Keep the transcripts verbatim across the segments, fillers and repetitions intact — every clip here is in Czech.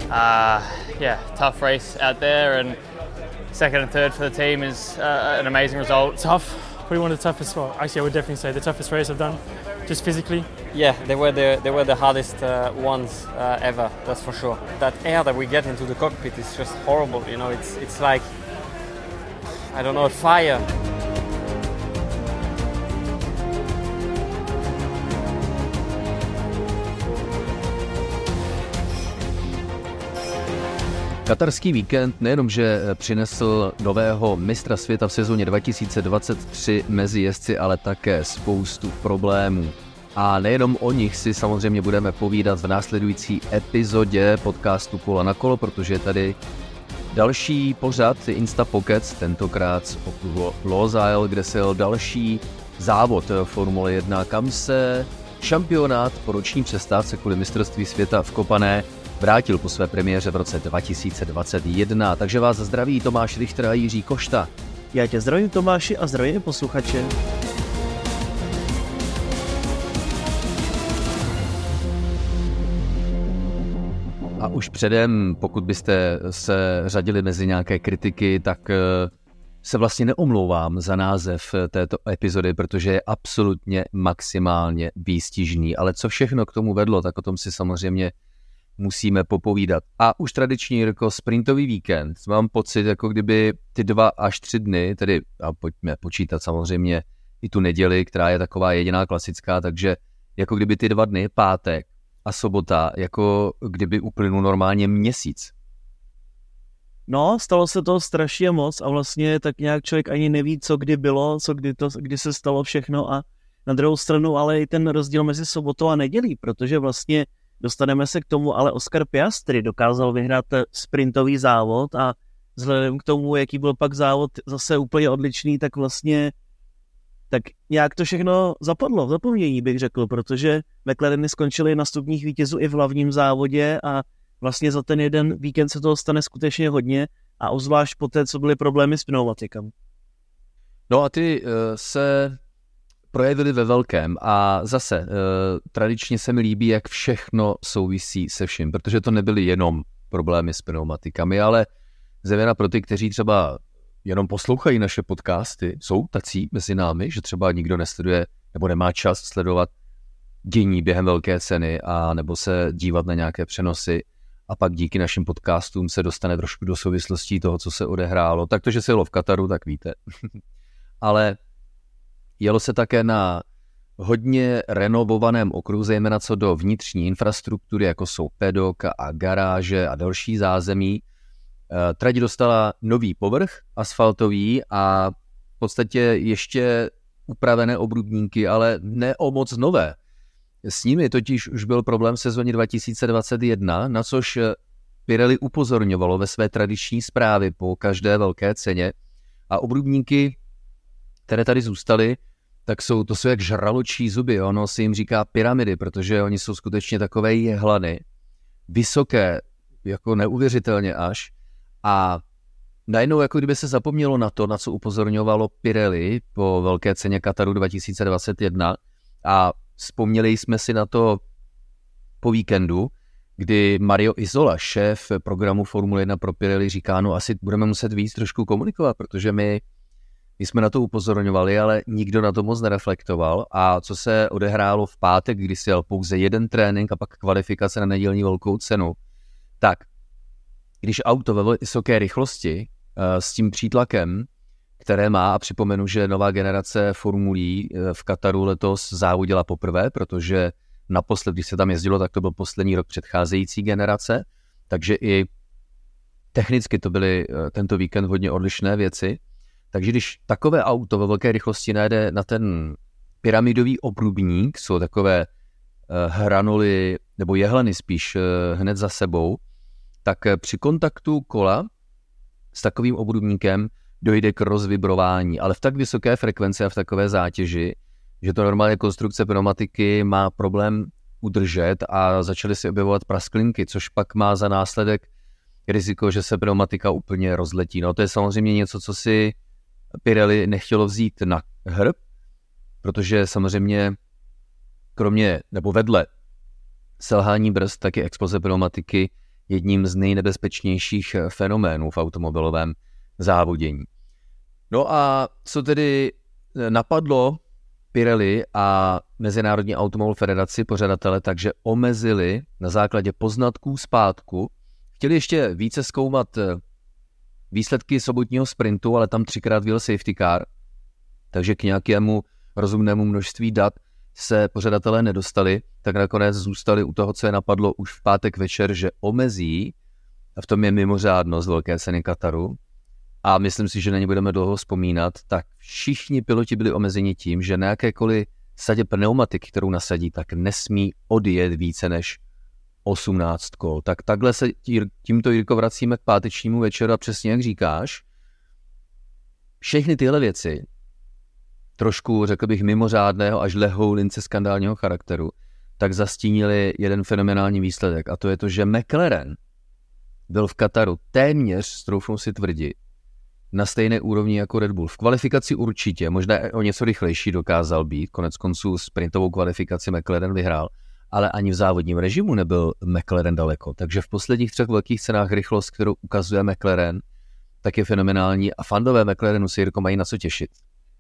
Uh, yeah, tough race out there, and second and third for the team is uh, an amazing result. Tough, probably one of the toughest. Well, actually, I would definitely say the toughest race I've done, just physically. Yeah, they were the they were the hardest uh, ones uh, ever. That's for sure. That air that we get into the cockpit is just horrible. You know, it's it's like I don't know, fire. Katarský víkend nejenom, že přinesl nového mistra světa v sezóně dva tisíce dvacet tři mezi jezdci, ale také spoustu problémů. A nejenom o nich si samozřejmě budeme povídat v následující epizodě podcastu Kola na kolo, protože je tady další pořad Insta Pockets, tentokrát z okruhu Losail, kde se jel další závod Formule jedna, kam se šampionát po roční přestávce kvůli mistrovství světa v Kopané vrátil po své premiéře v roce dva tisíce dvacet jedna. Takže vás zdraví Tomáš Richter a Jiří Košta. Já tě zdravím, Tomáši, a zdravím posluchače. A už předem, pokud byste se řadili mezi nějaké kritiky, tak se vlastně neomlouvám za název této epizody, protože je absolutně maximálně výstižný. Ale co všechno k tomu vedlo, tak o tom si samozřejmě musíme popovídat. A už tradiční, Jirko, sprintový víkend. Mám pocit, jako kdyby ty dva až tři dny, tedy a pojďme počítat samozřejmě i tu neděli, která je taková jediná klasická, takže jako kdyby ty dva dny, pátek a sobota, jako kdyby uplynul normálně měsíc. No, stalo se toho strašně moc a vlastně tak nějak člověk ani neví, co kdy bylo, co kdy, to, kdy se stalo všechno, a na druhou stranu ale i ten rozdíl mezi sobotou a nedělí, protože vlastně dostaneme se k tomu, ale Oscar Piastri dokázal vyhrát sprintový závod a vzhledem k tomu, jaký byl pak závod zase úplně odlišný, tak vlastně tak nějak to všechno zapadlo v zapomnění, bych řekl, protože McLareny skončily na stupních vítězů i v hlavním závodě a vlastně za ten jeden víkend se toho stane skutečně hodně a obzvlášť po té, co byly problémy s pneumatikami. No a ty uh, se projevili ve velkém a zase uh, tradičně se mi líbí, jak všechno souvisí se vším, protože to nebyly jenom problémy s pneumatikami, ale zejména pro ty, kteří třeba jenom poslouchají naše podcasty, jsou tací mezi námi, že třeba nikdo nesleduje nebo nemá čas sledovat dění během velké ceny a nebo se dívat na nějaké přenosy a pak díky našim podcastům se dostane trošku do souvislostí toho, co se odehrálo. Tak to, že se jelo v Kataru, tak víte. Ale jelo se také na hodně renovovaném okruhu, zejména co do vnitřní infrastruktury, jako jsou pedok a garáže a další zázemí. Trať dostala nový povrch asfaltový a v podstatě ještě upravené obrubníky, ale ne o moc nové. S nimi totiž už byl problém v sezóně dva tisíce dvacet jedna, na což Pirelli upozorňovalo ve své tradiční zprávě po každé velké ceně. A obrubníky, které tady zůstaly, tak jsou, to jsou jak žraločí zuby, ono se jim říká pyramidy, protože oni jsou skutečně takové jehlany, vysoké, jako neuvěřitelně až. A najednou, jako kdyby se zapomnělo na to, na co upozorňovalo Pirelli po velké ceně Kataru dva tisíce dvacet jedna, a vzpomněli jsme si na to po víkendu, kdy Mario Isola, šéf programu Formule jedna pro Pirelli, říká, no asi budeme muset víc trošku komunikovat, protože my, my jsme na to upozorňovali, ale nikdo na to moc nereflektoval. A co se odehrálo v pátek, kdy si jel pouze jeden trénink a pak kvalifikace na nedělní velkou cenu, tak když auto ve vysoké rychlosti s tím přítlakem, které má, a připomenu, že nová generace formulí v Kataru letos závodila poprvé, protože naposled, když se tam jezdilo, tak to byl poslední rok předcházející generace, takže i technicky to byly tento víkend hodně odlišné věci. Takže když takové auto ve velké rychlosti najde na ten pyramidový obrubník, jsou takové hranuly, nebo jehleny spíš hned za sebou, tak při kontaktu kola s takovým obrubníkem dojde k rozvibrování, ale v tak vysoké frekvenci a v takové zátěži, že to normálně konstrukce pneumatiky má problém udržet a začaly se objevovat prasklinky, což pak má za následek riziko, že se pneumatika úplně rozletí. No to je samozřejmě něco, co si Pirelli nechtělo vzít na hrb, protože samozřejmě kromě nebo vedle selhání brzd, taky exploze pneumatiky jedním z nejnebezpečnějších fenoménů v automobilovém závodění. No a co tedy napadlo Pirelli a Mezinárodní automobilovou federaci pořadatele, takže omezili na základě poznatků zpátku. Chtěli ještě více zkoumat výsledky sobotního sprintu, ale tam třikrát vyjel safety car, takže k nějakému rozumnému množství dat se pořadatelé nedostali, tak nakonec zůstali u toho, co je napadlo už v pátek večer, že omezí, a v tom je mimořádnost velké ceny Kataru, a myslím si, že na ně budeme dlouho vzpomínat, tak všichni piloti byli omezeni tím, že na jakékoliv sadě pneumatiky, kterou nasadí, tak nesmí odjet více než osmnáct kol. Tak takhle se tímto, Jirko, vracíme k pátečnímu večeru a přesně jak říkáš, všechny tyhle věci, trošku, řekl bych, mimořádného až lehoulince skandálního charakteru, tak zastínili jeden fenomenální výsledek, a to je to, že McLaren byl v Kataru téměř, troufnu si tvrdit, na stejné úrovni jako Red Bull. V kvalifikaci určitě, možná o něco rychlejší dokázal být, konec konců sprintovou kvalifikaci McLaren vyhrál, ale ani v závodním režimu nebyl McLaren daleko. Takže v posledních třech velkých cenách rychlost, kterou ukazuje McLaren, tak je fenomenální a fandové McLarenu se, Jirko, mají na co těšit.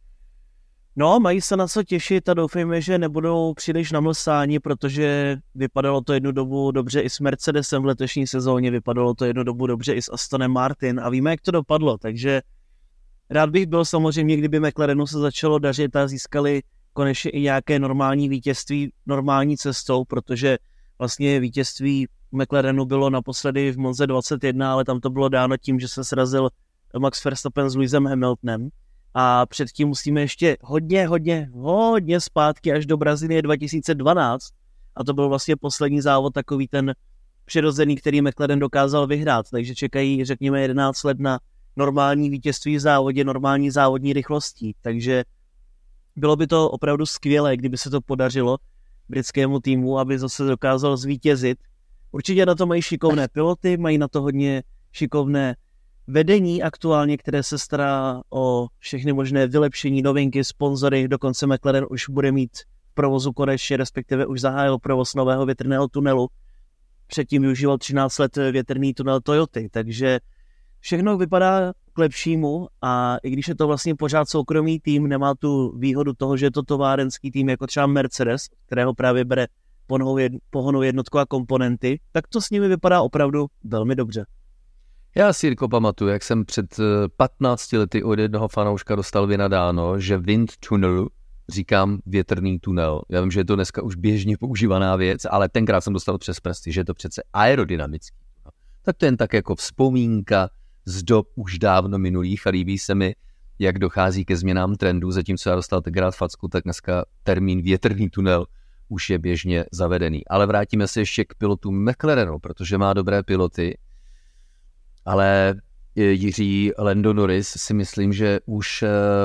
No, mají se na co těšit a doufejme, že nebudou příliš namlsáni, protože vypadalo to jednu dobu dobře i s Mercedesem v letošní sezóně, vypadalo to jednu dobu dobře i s Astonem Martin a víme, jak to dopadlo, takže rád bych byl samozřejmě, kdyby McLarenu se začalo dařit a získali konečně i nějaké normální vítězství normální cestou, protože vlastně vítězství McLarenu bylo naposledy v Monze dvacet jedna, ale tam to bylo dáno tím, že se srazil Max Verstappen s Lewisem Hamiltonem. A předtím musíme ještě hodně, hodně, hodně zpátky až do Brazílie dva tisíce dvanáct. A to byl vlastně poslední závod, takový ten přirozený, který McLaren dokázal vyhrát. Takže čekají, řekněme, jedenáct let na normální vítězství v závodě, normální závodní rychlostí. Takže bylo by to opravdu skvělé, kdyby se to podařilo britskému týmu, aby zase dokázal zvítězit. Určitě na to mají šikovné piloty, mají na to hodně šikovné vedení aktuálně, které se stará o všechny možné vylepšení, novinky, sponzory, dokonce McLaren už bude mít v provozu konečně, respektive už zahájil provoz nového větrného tunelu. Předtím využíval třináct let větrný tunel Toyoty, takže všechno vypadá k lepšímu a i když je to vlastně pořád soukromý tým, nemá tu výhodu toho, že je to továrenský tým jako třeba Mercedes, kterého právě bere pohonou jednotku a komponenty, tak to s nimi vypadá opravdu velmi dobře. Já si, Jirko, pamatuju, jak jsem před patnácti lety od jednoho fanouška dostal vynadáno, že wind tunnel, říkám větrný tunel. Já vím, že je to dneska už běžně používaná věc, ale tenkrát jsem dostal přes prsty, že je to přece aerodynamický. Tak to jen tak jako vzpomínka z dob už dávno minulých a líbí se mi, jak dochází ke změnám trendů, zatímco já dostal tenkrát facku, tak dneska termín větrný tunel už je běžně zavedený. Ale vrátíme se ještě k pilotům McLarenu, protože má dobré piloty, ale Jiří Lando Norris si myslím, že už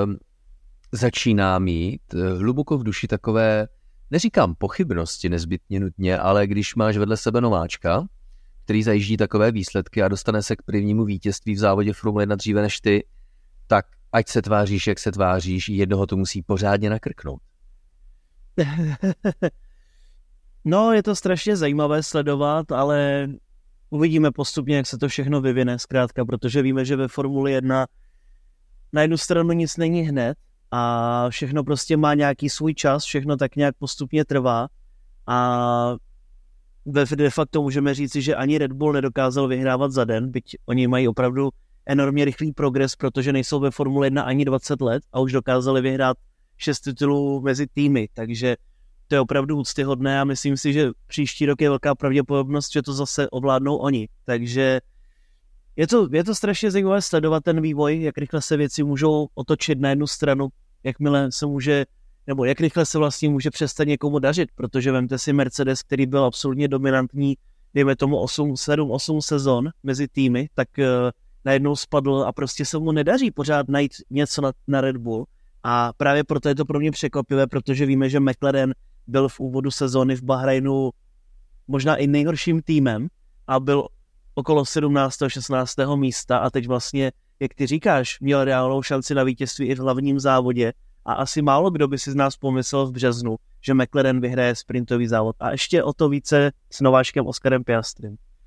začíná mít hluboko v duši takové, neříkám pochybnosti nezbytně nutně, ale když máš vedle sebe nováčka, který zajíždí takové výsledky a dostane se k prvnímu vítězství v závodě Formule jedna dříve než ty, tak ať se tváříš, jak se tváříš, jednoho to musí pořádně nakrknout. No, je to strašně zajímavé sledovat, ale uvidíme postupně, jak se to všechno vyvine zkrátka, protože víme, že ve Formuli jedna na jednu stranu nic není hned a všechno prostě má nějaký svůj čas, všechno tak nějak postupně trvá a de facto můžeme říci, že ani Red Bull nedokázal vyhrávat za den, byť oni mají opravdu enormně rychlý progres, protože nejsou ve Formule jedna ani dvacet let a už dokázali vyhrát šest titulů mezi týmy, takže to je opravdu úctyhodné a myslím si, že příští rok je velká pravděpodobnost, že to zase ovládnou oni. Takže je to, je to strašně zajímavé sledovat ten vývoj, jak rychle se věci můžou otočit na jednu stranu, jakmile se může, nebo jak rychle se vlastně může přestat někomu dařit, protože vemte si Mercedes, který byl absolutně dominantní, dejme tomu osm, sedm, osm sezon mezi týmy, tak uh, najednou spadl a prostě se mu nedaří pořád najít něco na, na Red Bull. A právě proto je to pro mě překvapivé, protože víme, že McLaren byl v úvodu sezóny v Bahrajnu možná i nejhorším týmem a byl okolo sedmnáctého šestnáctého místa a teď vlastně, jak ty říkáš, měl reálnou šanci na vítězství i v hlavním závodě a asi málo kdo by si z nás pomyslel v březnu, že McLaren vyhraje sprintový závod a ještě o to více s nováčkem Oscarem Piastrym.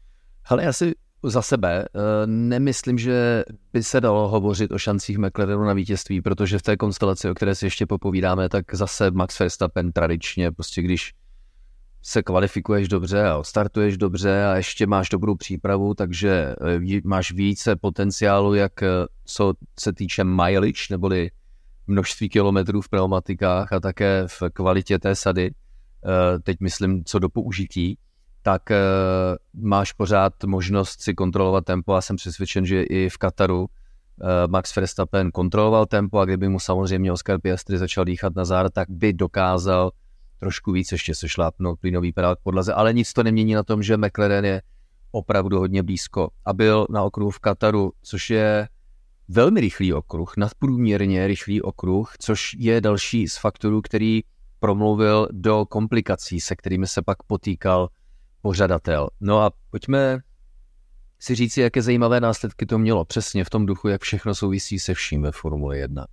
Hele, já si za sebe nemyslím, že by se dalo hovořit o šancích McLarenu na vítězství, protože v té konstelaci, o které si ještě popovídáme, tak zase Max Verstappen tradičně, prostě když se kvalifikuješ dobře a startuješ dobře a ještě máš dobrou přípravu, takže máš více potenciálu, jak co se týče mileage, neboli množství kilometrů v pneumatikách a také v kvalitě té sady, teď myslím co do použití, tak máš pořád možnost si kontrolovat tempo a jsem přesvědčen, že i v Kataru Max Verstappen kontroloval tempo a kdyby mu samozřejmě Oscar Piastri začal dýchat na zár, tak by dokázal trošku víc ještě se šlápnout plynový pedál k podlaze, ale nic to nemění na tom, že McLaren je opravdu hodně blízko a byl na okruhu v Kataru, což je velmi rychlý okruh, nadprůměrně rychlý okruh, což je další z faktorů, který promluvil do komplikací, se kterými se pak potýkal pořadatel. No a pojďme si říci, jaké zajímavé následky to mělo, přesně v tom duchu, jak všechno souvisí se vším ve Formule jedna.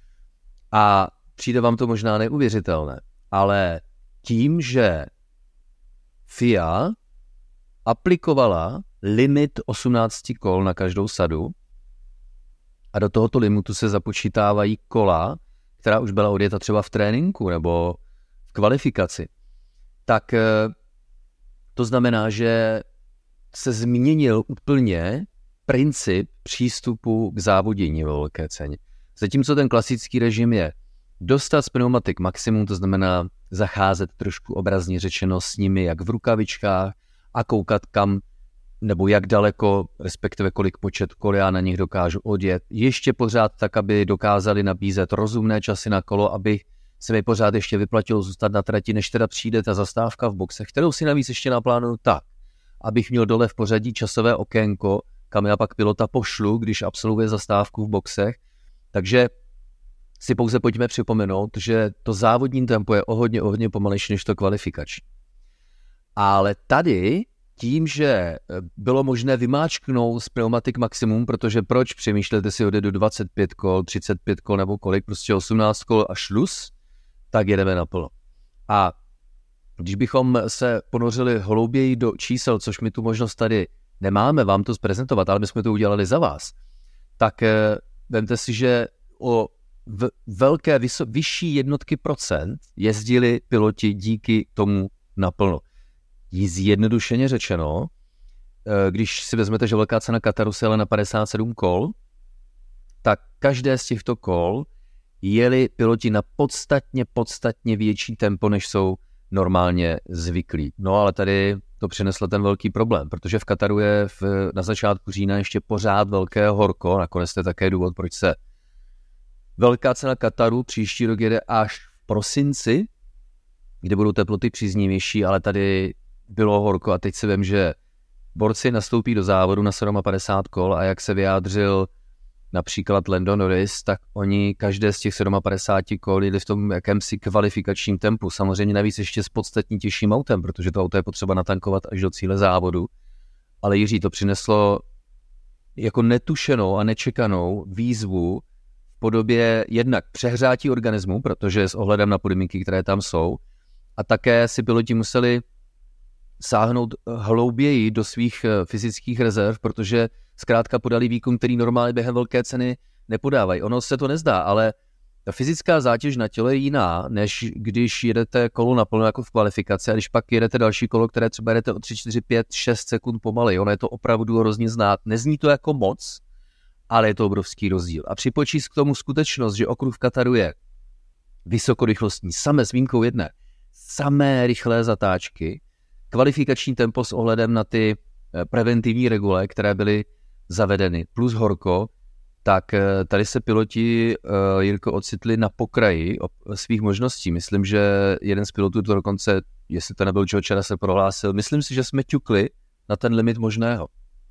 A přijde vám to možná neuvěřitelné, ale tím, že F I A aplikovala limit osmnáct kol na každou sadu a do tohoto limitu se započítávají kola, která už byla odjeta třeba v tréninku nebo v kvalifikaci, tak to znamená, že se změnil úplně princip přístupu k závodění ve velké ceně. Zatímco ten klasický režim je dostat z pneumatik maximum, to znamená zacházet trošku obrazně řečeno s nimi jak v rukavičkách a koukat kam nebo jak daleko, respektive kolik počet kol já na nich dokážu odjet. Ještě pořád tak, aby dokázali nabízet rozumné časy na kolo, aby se mi pořád ještě vyplatilo zůstat na trati, než teda přijde ta zastávka v boxech, kterou si navíc ještě naplánuju tak, abych měl dole v pořadí časové okénko, kam já pak pilota pošlu, když absolvuje zastávku v boxech. Takže si pouze pojďme připomenout, že to závodní tempo je o hodně, o hodně pomalejší než to kvalifikační. Ale tady tím, že bylo možné vymáčknout z pneumatik maximum, protože proč přemýšlete si odjedu dvacet pět kol, třicet pět kol nebo kolik, prostě osmnáct kol a šluz, tak jedeme naplno. A když bychom se ponořili hlouběji do čísel, což my tu možnost tady nemáme vám to zprezentovat, ale my jsme to udělali za vás, tak eh, vemte si, že o v velké, vyso, vyšší jednotky procent jezdili piloti díky tomu naplno. Zjednodušeně řečeno, když si vezmete, že velká cena Kataru se jela na padesát sedm kol, tak každé z těchto kol jeli piloti na podstatně, podstatně větší tempo, než jsou normálně zvyklí. No ale tady to přineslo ten velký problém, protože v Kataru je v, na začátku října ještě pořád velké horko, nakonec to je také důvod, proč se velká cena Kataru příští rok jede až v prosinci, kde budou teploty příznivější, ale tady bylo horko a teď si vím, že borci nastoupí do závodu na padesát sedm kol a jak se vyjádřil například Lando Norris, tak oni každé z těch padesát sedm kol jeli v tom jakémsi kvalifikačním tempu. Samozřejmě navíc ještě s podstatně těžším autem, protože to auto je potřeba natankovat až do cíle závodu. Ale Jiří, to přineslo jako netušenou a nečekanou výzvu v podobě jednak přehřátí organismu, protože s ohledem na podmínky, které tam jsou, a také si piloti museli sáhnout hlouběji do svých fyzických rezerv, protože zkrátka podali výkon, který normálně během velké ceny nepodávají. Ono se to nezdá, ale ta fyzická zátěž na těle je jiná, než když jedete kolo naplno jako v kvalifikaci a když pak jedete další kolo, které třeba jedete o tři, čtyři, pět, šest sekund pomalej. Ono je to opravdu hrozně znát. Nezní to jako moc, ale je to obrovský rozdíl. A připočíst k tomu skutečnost, že okruh v Kataru je vysokorychlostní, samé s výjimkou jedné, samé rychlé zatáčky, kvalifikační tempo s ohledem na ty preventivní regule, které byly zavedeny, plus horko, tak tady se piloti, Jirko, ocitli na pokraji svých možností. Myslím, že jeden z pilotů to dokonce, jestli to nebyl Joe Chera, se prohlásil, myslím si, že jsme ťukli na ten limit možného.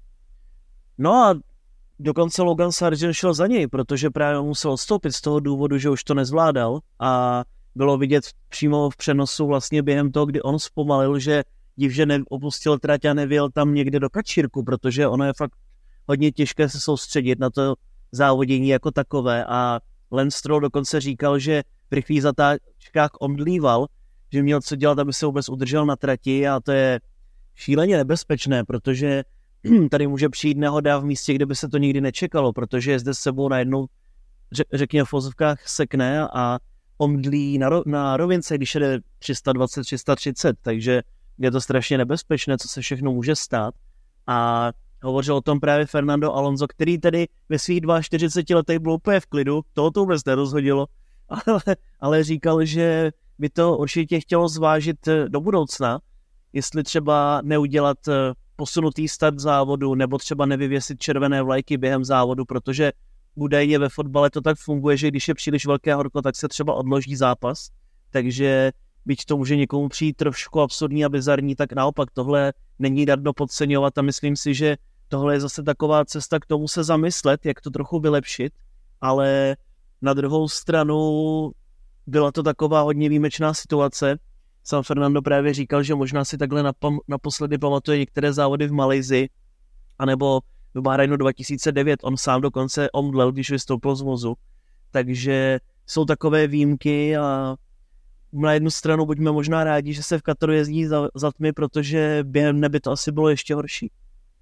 No a dokonce Logan Sargent šel za něj, protože právě musel odstoupit z toho důvodu, že už to nezvládal a bylo vidět přímo v přenosu vlastně během toho, kdy on zpomalil, že div, že neopustil trať a nevěl tam někde do kačírku, protože ono je fakt hodně těžké se soustředit na to závodění jako takové a Lance Stroll dokonce říkal, že v rychlých zatáčkách omdlíval, že měl co dělat, aby se vůbec udržel na trati a to je šíleně nebezpečné, protože tady může přijít nehoda v místě, kde by se to nikdy nečekalo, protože je zde s sebou najednou, řekněme v vozovkách, sekne a omdlí na, ro, na rovince, když jde tři sta dvacet, tři sta třicet, takže je to strašně nebezpečné, co se všechno může stát. A hovořil o tom právě Fernando Alonso, který tedy ve svých čtyřiceti dvou letech byl úplně v klidu, toho to vůbec nerozhodilo, ale, ale říkal, že by to určitě chtělo zvážit do budoucna, jestli třeba neudělat posunutý start závodu, nebo třeba nevyvěsit červené vlajky během závodu, protože údajně ve fotbale to tak funguje, že když je příliš velké horko, tak se třeba odloží zápas, takže byť to může někomu přijít trošku absurdní a bizarní, tak naopak tohle není dadno podceňovat a myslím si, že tohle je zase taková cesta k tomu se zamyslet, jak to trochu vylepšit, ale na druhou stranu byla to taková hodně výjimečná situace. Sam Fernando právě říkal, že možná si takhle napam- naposledy pamatuje některé závody v Malajsii, anebo v Bahrajnu dva tisíce devět, on sám dokonce omdlel, když vystoupil z vozu. Takže jsou takové výjimky a na jednu stranu buďme možná rádi, že se v Kataru jezdí za, za tmy, protože během nebe to asi bylo ještě horší.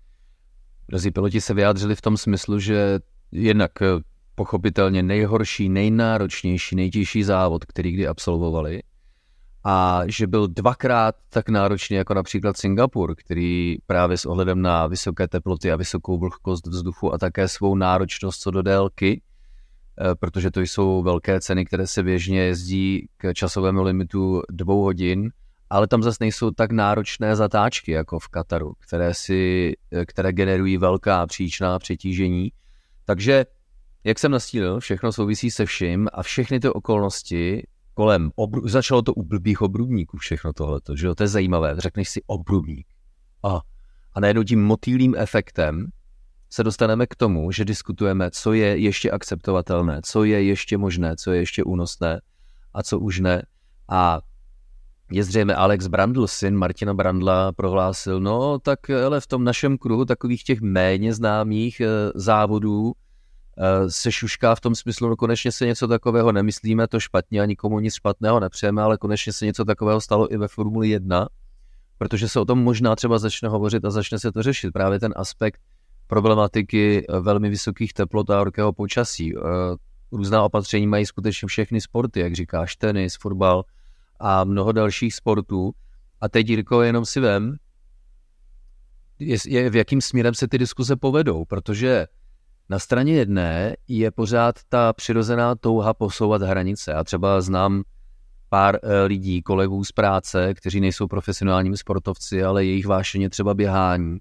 Mnozí piloti se vyjádřili v tom smyslu, že jednak pochopitelně nejhorší, nejnáročnější, nejtěžší závod, který kdy absolvovali, a že byl dvakrát tak náročný jako například Singapur, který právě s ohledem na vysoké teploty a vysokou vlhkost vzduchu a také svou náročnost co do délky, protože to jsou velké ceny, které se běžně jezdí k časovému limitu dvou hodin, ale tam zase nejsou tak náročné zatáčky jako v Kataru, které, si, které generují velká příčná přetížení. Takže, jak jsem nastínil, všechno souvisí se vším a všechny ty okolnosti kolem, obru, začalo to u blbých obrubníků všechno tohleto, že jo, to je zajímavé, řekneš si obrubník. A, a najednou tím motýlým efektem se dostaneme k tomu, že diskutujeme, co je ještě akceptovatelné, co je ještě možné, co je ještě únosné a co už ne. A je zřejmě Alex Brandl, syn Martina Brandla, prohlásil, no tak ale v tom našem kruhu takových těch méně známých e, závodů e, se šušká v tom smyslu, no konečně se něco takového nemyslíme, to špatně a nikomu nic špatného nepřejeme, ale konečně se něco takového stalo i ve Formuli jedna, protože se o tom možná třeba začne hovořit a začne se to řešit. Právě ten aspekt problematiky velmi vysokých teplot a horkého počasí. Různá opatření mají skutečně všechny sporty, jak říkáš, tenis, fotbal a mnoho dalších sportů. A teď, Jirko, jenom si vem, je, je, v jakým směrem se ty diskuze povedou, protože na straně jedné je pořád ta přirozená touha posouvat hranice. Já třeba znám pár e, lidí, kolegů z práce, kteří nejsou profesionálními sportovci, ale jejich vášeně třeba běhání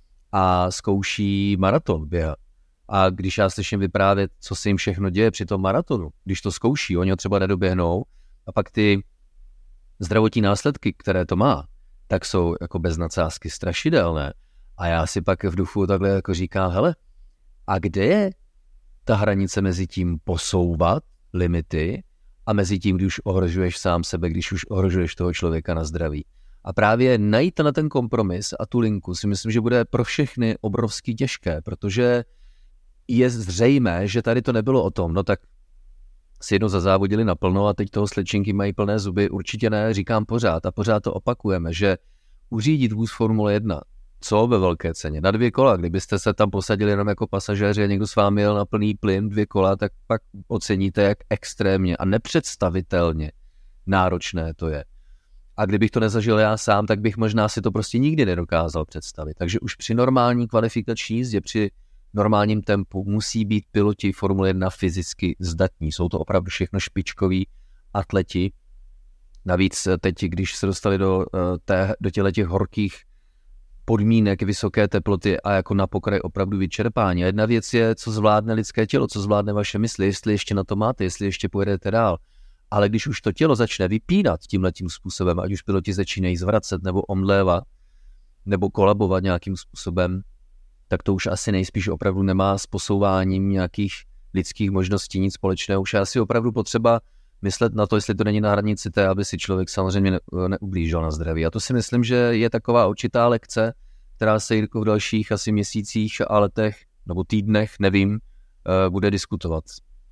a zkouší maraton běhat. A když já slyším vyprávět, co se jim všechno děje při tom maratonu, když to zkouší, oni ho třeba nedoběhnou a pak ty zdravotní následky, které to má, tak jsou jako bez nadsázky strašidelné. A já si pak v duchu takhle jako říkám, hele, a kde je ta hranice mezi tím posouvat limity a mezi tím, když už ohrožuješ sám sebe, když už ohrožuješ toho člověka na zdraví. A právě najít na ten kompromis a tu linku si myslím, že bude pro všechny obrovsky těžké, protože je zřejmé, že tady to nebylo o tom, no tak si jednou zazávodili naplno a teď toho slečinky mají plné zuby, určitě ne, říkám pořád a pořád to opakujeme, že uřídit vůz Formule jedna, co ve velké ceně, na dvě kola, kdybyste se tam posadili jenom jako pasažéři a někdo s vámi jel na plný plyn dvě kola, tak pak oceníte, jak extrémně a nepředstavitelně náročné to je. A kdybych to nezažil já sám, tak bych možná si to prostě nikdy nedokázal představit. Takže už při normální kvalifikační jízdě, při normálním tempu musí být piloti Formule jedna fyzicky zdatní. Jsou to opravdu všechno špičkoví atleti. Navíc teď, když se dostali do, té, do těch horkých podmínek, vysoké teploty a jako na pokraj opravdu vyčerpání. A jedna věc je, co zvládne lidské tělo, co zvládne vaše mysli, jestli ještě na to máte, jestli ještě pojedete dál. Ale když už to tělo začne vypínat tímhletím způsobem, ať už piloti začínají zvracet nebo omlévat, nebo kolabovat nějakým způsobem, tak to už asi nejspíš opravdu nemá s posouváním nějakých lidských možností nic společného. Už je asi opravdu potřeba myslet na to, jestli to není na hranici té, aby si člověk samozřejmě ne, neublížil na zdraví. A to si myslím, že je taková určitá lekce, která se, Jirko, v dalších asi měsících a letech, nebo týdnech, nevím, bude diskutovat.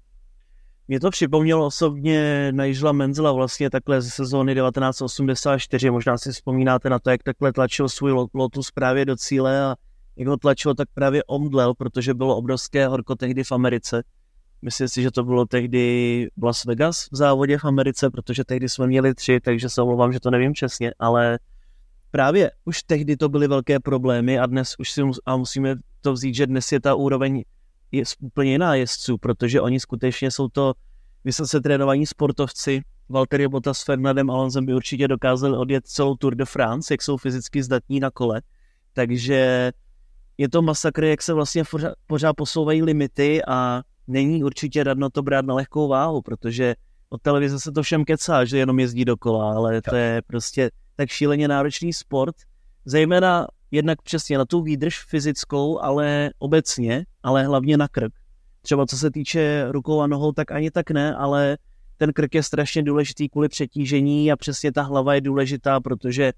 Mě to připomnělo osobně Nigela Mansella vlastně takhle ze sezóny devatenáct set osmdesát čtyři. Možná si vzpomínáte na to, jak takhle tlačil svůj Lotus právě do cíle a jak ho tlačilo, tak právě omdlel, protože bylo obrovské horko tehdy v Americe. Myslím si, že to bylo tehdy v Las Vegas v závodě v Americe, protože tehdy jsme měli tři, takže se omlouvám, že to nevím přesně, ale právě už tehdy to byly velké problémy a dnes už si mus, a musíme to vzít, že dnes je ta úroveň je úplně jiná jezdců, protože oni skutečně jsou to vysoce trénovaní sportovci. Valtteri Bottas s Fernandem Alonsem by určitě dokázali odjet celou Tour de France, jak jsou fyzicky zdatní na kole. Takže je to masakr, jak se vlastně pořád, pořád posouvají limity a není určitě radno to brát na lehkou váhu, protože od televize se to všem kecá, že jenom jezdí dokola, ale to je prostě tak šíleně náročný sport, zejména jednak přesně na tu výdrž fyzickou, ale obecně, ale hlavně na krk. Třeba co se týče rukou a nohou, tak ani tak ne, ale ten krk je strašně důležitý kvůli přetížení a přesně ta hlava je důležitá, protože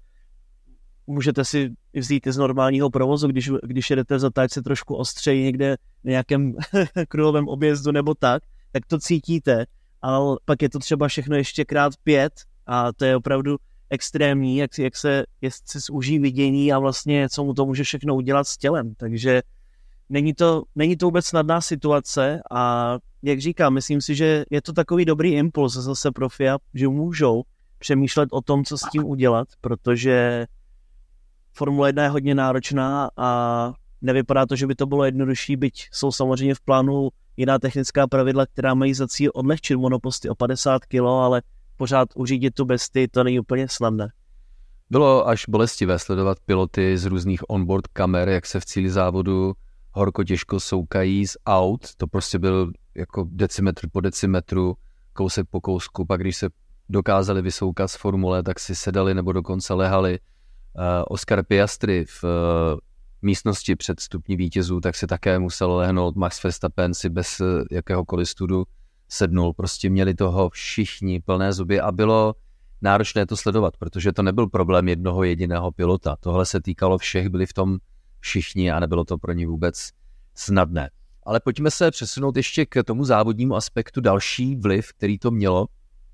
můžete si vzít i z normálního provozu, když, když jedete v zatáčce trošku ostřeji někde na nějakém kruhovém objezdu nebo tak, tak to cítíte, ale pak je to třeba všechno ještě krát pět a to je opravdu extrémní, jak, jak se jezdci zúží vidění a vlastně co mu to může všechno udělat s tělem, takže není to, není to vůbec snadná situace a jak říkám, myslím si, že je to takový dobrý impuls zase pro F I A, že můžou přemýšlet o tom, co s tím udělat, protože Formule jedna je hodně náročná a nevypadá to, že by to bylo jednodušší, byť jsou samozřejmě v plánu jiná technická pravidla, která mají za cíl odlehčit monoposty o padesát kilo, ale pořád uřídit tu bestii, to není úplně snadné. Bylo až bolestivé sledovat piloty z různých onboard kamer, jak se v cíli závodu horko těžko soukají z aut. To prostě byl jako decimetr po decimetru, kousek po kousku. Pak když se dokázali vysoukat z formule, tak si sedali nebo dokonce lehali. Uh, Oscar Piastri v uh, místnosti před stupní vítězů, tak si také musel lehnout. Max Verstappen si bez uh, jakéhokoliv studu sednul. Prostě měli toho všichni plné zuby a bylo náročné to sledovat, protože to nebyl problém jednoho jediného pilota. Tohle se týkalo všech, byli v tom všichni a nebylo to pro ně vůbec snadné. Ale pojďme se přesunout ještě k tomu závodnímu aspektu, další vliv, který to mělo.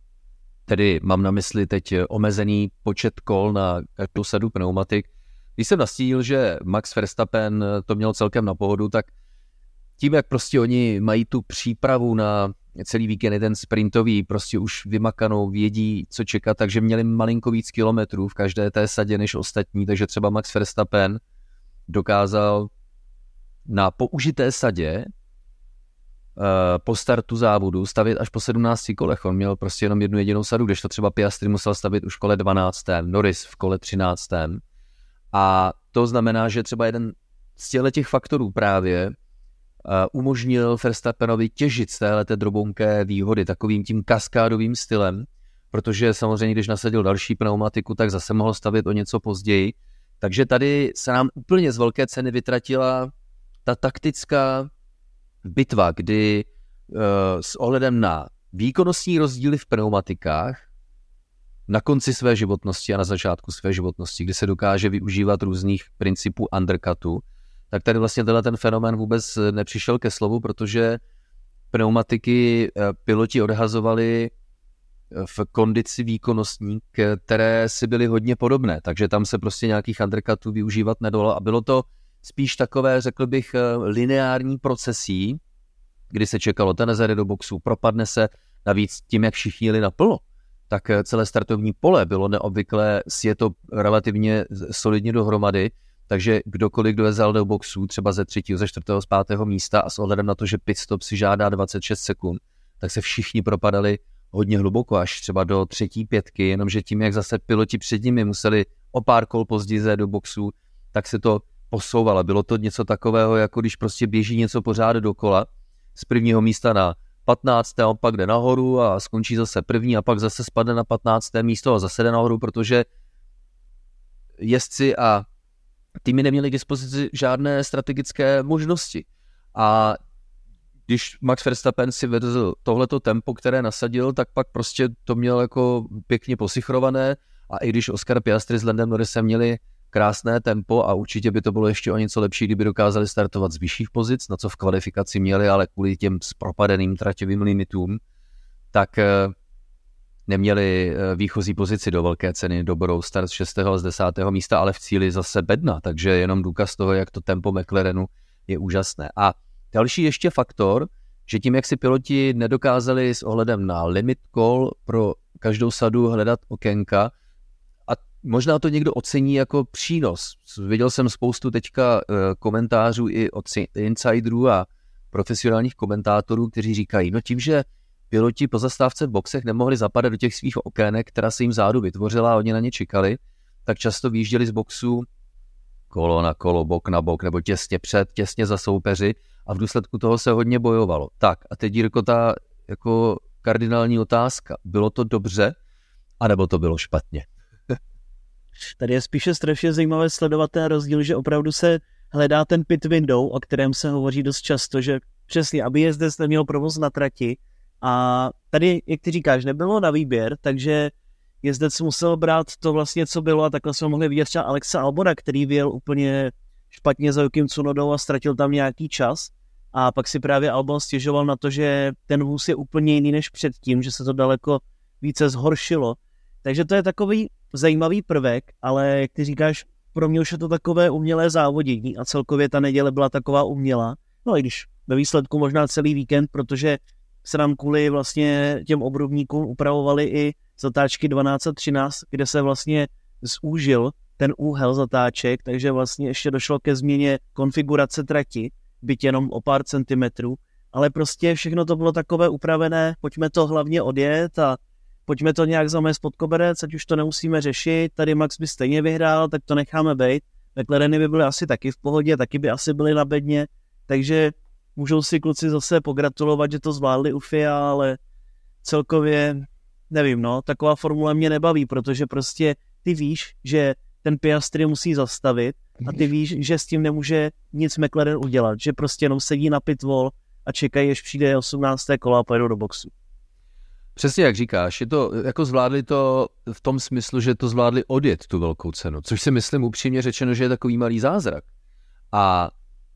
Tedy mám na mysli teď omezený počet kol na každou sadu pneumatik. Když jsem nastínil, že Max Verstappen to měl celkem na pohodu, tak tím, jak prostě oni mají tu přípravu na celý víkend, ten sprintový, prostě už vymakanou, vědí, co čekat, takže měli malinko víc kilometrů v každé té sadě než ostatní, takže třeba Max Verstappen dokázal na použité sadě po startu závodu stavit až po sedmnácti kolech. On měl prostě jenom jednu jedinou sadu, kdežto třeba Piastri musel stavit už v kole dvanáctém, Norris v kole třináctém. A to znamená, že třeba jeden z těch faktorů právě umožnil Verstappenovi těžit z téhleté drobounké výhody takovým tím kaskádovým stylem, protože samozřejmě, když nasadil další pneumatiku, tak zase mohl stavit o něco později. Takže tady se nám úplně z velké ceny vytratila ta taktická bitva, kdy uh, s ohledem na výkonnostní rozdíly v pneumatikách na konci své životnosti a na začátku své životnosti, kdy se dokáže využívat různých principů undercutu, tak tady vlastně tenhle ten fenomén vůbec nepřišel ke slovu, protože pneumatiky piloti odhazovali v kondici výkonnostní, které si byly hodně podobné, takže tam se prostě nějakých undercutů využívat nedalo a bylo to spíš takové, řekl bych, lineární procesí, kdy se čekalo, ten zajde do boxu, propadne se, navíc tím, jak všichni jeli naplno, tak celé startovní pole bylo neobvyklé, je to relativně solidně dohromady, takže kdokoliv, kdo vezal do boxu, třeba ze třetího, ze čtvrtého, z pátého místa a s ohledem na to, že pitstop si žádá dvacet šest sekund, tak se všichni propadali hodně hluboko, až třeba do třetí pětky, jenomže tím, jak zase piloti před nimi museli o pár kol později zajít do boxu, tak se to posouvalo. Bylo to něco takového, jako když prostě běží něco pořád dokola, z prvního místa na patnácté a pak jde nahoru a skončí zase první a pak zase spadne na patnácté místo a zase jde nahoru, protože jezdci a týmy neměli k dispozici žádné strategické možnosti. A když Max Verstappen si vedl tohleto tempo, které nasadil, tak pak prostě to měl jako pěkně posichrované a i když Oscar Piastri s Landem Norrisem měli krásné tempo a určitě by to bylo ještě o něco lepší, kdyby dokázali startovat z vyšších pozic, na co v kvalifikaci měli, ale kvůli těm zpropadeným traťovým limitům, tak neměli výchozí pozici do velké ceny, dobrou start z šestého a z desátého místa, ale v cíli zase bedna, takže jenom důkaz toho, jak to tempo McLarenu je úžasné. A další ještě faktor, že tím, jak si piloti nedokázali s ohledem na limit call pro každou sadu hledat okénka, a možná to někdo ocení jako přínos. Viděl jsem spoustu teďka komentářů i od insiderů a profesionálních komentátorů, kteří říkají, no tím, že piloti po zastávce v boxech nemohli zapadat do těch svých okének, která se jim zádu vytvořila a oni na ně čekali, tak často výjížděli z boxu kolo na kolo, bok na bok, nebo těsně před, těsně za soupeři a v důsledku toho se hodně bojovalo. Tak a teď, Jirko, ta jako kardinální otázka. Bylo to dobře, anebo to bylo špatně? Tady je spíše strašně zajímavé sledovat ten rozdíl, že opravdu se hledá ten pit window, o kterém se hovoří dost často, že přesně, aby jezdec neměl provoz na trati. A tady, jak ty říkáš, nebylo na výběr, takže jezdec musel brát to vlastně, co bylo, a takhle jsme mohli vidět třeba Alexa Albona, který vyjel úplně špatně za Yukim Tsunodou a ztratil tam nějaký čas. A pak si právě Albon stěžoval na to, že ten vůz je úplně jiný než předtím, že se to daleko více zhoršilo. Takže to je takový zajímavý prvek, ale jak ty říkáš, pro mě už je to takové umělé závodění a celkově ta neděle byla taková umělá. No i když ve výsledku možná celý víkend, protože se nám kvůli vlastně těm obrubníkům upravovaly i zatáčky dvanáct a třináct, kde se vlastně zúžil ten úhel zatáček, takže vlastně ještě došlo ke změně konfigurace trati, byť jenom o pár centimetrů, ale prostě všechno to bylo takové upravené, pojďme to hlavně odjet a pojďme to nějak zamést pod koberec, ať už to nemusíme řešit, tady Max by stejně vyhrál, tak to necháme bejt, McLareny by byly asi taky v pohodě, taky by asi byly na bedně, takže můžou si kluci zase pogratulovat, že to zvládli u F I A, ale celkově, nevím, no, taková formule mě nebaví, protože prostě ty víš, že ten Piastri musí zastavit a ty víš, že s tím nemůže nic McLaren udělat, že prostě jenom sedí na pit wall a čekají, až přijde osmnácté kola a pojedou do boxu. Přesně jak říkáš, je to, jako zvládli to v tom smyslu, že to zvládli odjet tu velkou cenu, což si myslím upřímně řečeno, že je takový malý zázrak. A